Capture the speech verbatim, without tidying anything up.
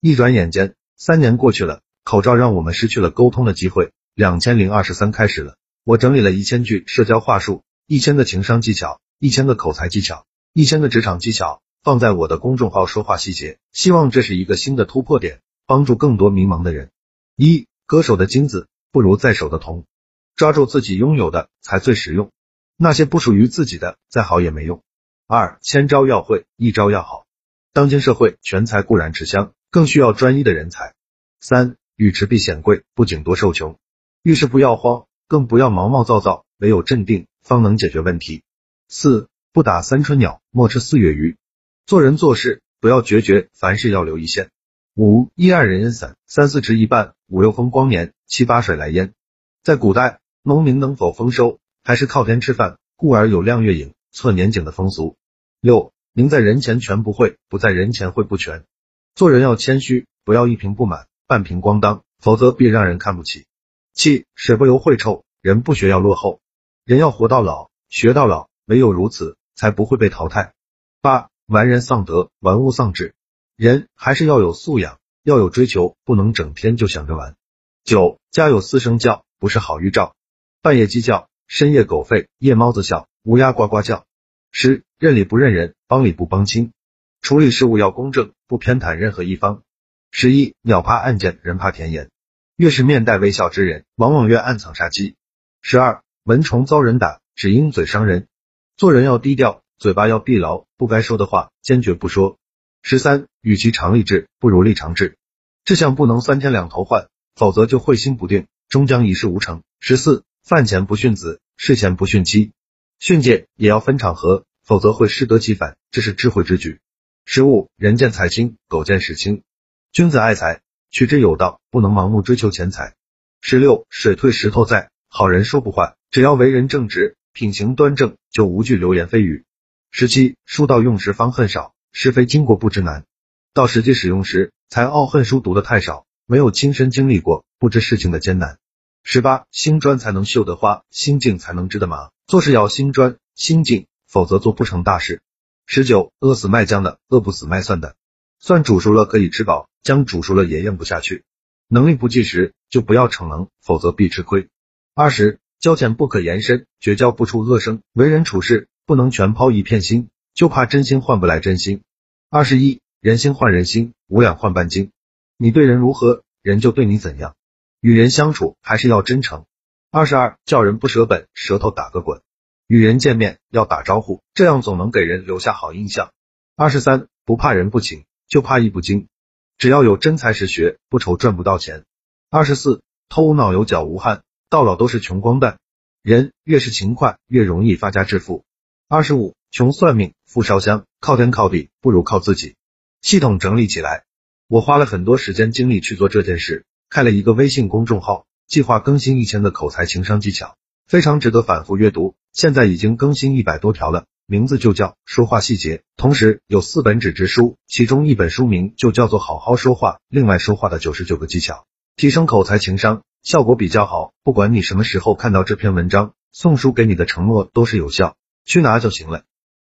一转眼间，三年过去了，口罩让我们失去了沟通的机会。两千零二十三开始了，我整理了一千句社交话术，一千个情商技巧，一千个口才技巧，一千个职场技巧，放在我的公众号说话细节，希望这是一个新的突破点，帮助更多迷茫的人。一，割手的金子不如在手的铜，抓住自己拥有的才最实用，那些不属于自己的再好也没用。二，千招要会，一招要好，当今社会全才固然吃香，更需要专一的人才。三，玉池必显贵，不仅多受穷，遇事不要慌，更不要毛毛躁躁，唯有镇定方能解决问题。四，不打三春鸟，莫吃四月鱼，做人做事不要决绝，凡事要留一线。五，一二人人散，三四值一半，五六风光年，七八水来淹。在古代，农民能否丰收，还是靠天吃饭，故而有量月影，测年景的风俗。六，名在人前全不会，不在人前会不全。做人要谦虚，不要一瓶不满，半瓶咣当，否则必让人看不起。七，水不流会臭，人不学要落后。人要活到老，学到老，唯有如此，才不会被淘汰。八，玩人丧德，玩物丧志。人还是要有素养，要有追求，不能整天就想着玩。九，家有四声叫，不是好预兆。半夜鸡叫，深夜狗吠，夜猫子笑，乌鸦呱呱叫。十，认理不认人，帮理不帮亲。处理事务要公正，不偏袒任何一方。十一，鸟怕暗箭，人怕甜言。越是面带微笑之人，往往越暗藏杀机。十二，蚊虫遭人打，只因嘴伤人。做人要低调，嘴巴要闭牢，不该说的话坚决不说。十三，与其常立志，不如立长志。志向不能三天两头换，否则就会心不定，终将一事无成。十四，饭前不训子，事前不训妻。训诫也要分场合，否则会适得其反，这是智慧之举。十五，人见财轻，狗见屎轻。君子爱财，取之有道，不能盲目追求钱财。十六，水退石头在，好人说不坏，只要为人正直，品行端正，就无惧流言蜚语。十七，书到用时方恨少，是非经过不知难。到实际使用时，才懊恨书读得太少，没有亲身经历过，不知事情的艰难。十八，心专才能绣得花，心静才能织得麻。做事要心专心静，否则做不成大事。十九，饿死卖姜的，饿不死卖蒜的。蒜煮熟了可以吃饱，姜煮熟了也咽不下去。能力不济时，就不要逞能，否则必吃亏。二十，交浅不可言深，绝交不出恶声。为人处事不能全抛一片心，就怕真心换不来真心。二十一，人心换人心，五两换半斤。你对人如何，人就对你怎样。与人相处还是要真诚。二十二，叫人不舍本，舌头打个滚。与人见面要打招呼，这样总能给人留下好印象。二十三，不怕人不请，就怕艺不精。只要有真才实学，不愁赚不到钱。二十四，头无脑有脚无汗，到老都是穷光蛋。人越是勤快，越容易发家致富。二十五，穷算命，富烧香，靠天靠地不如靠自己。系统整理起来，我花了很多时间精力去做这件事，开了一个微信公众号，计划更新一千个口才情商技巧，非常值得反复阅读，现在已经更新一百多条了，名字就叫说话细节，同时有四本纸质书，其中一本书名就叫做好好说话，另外说话的九十九个技巧，提升口才情商，效果比较好，不管你什么时候看到这篇文章，送书给你的承诺都是有效，去拿就行了。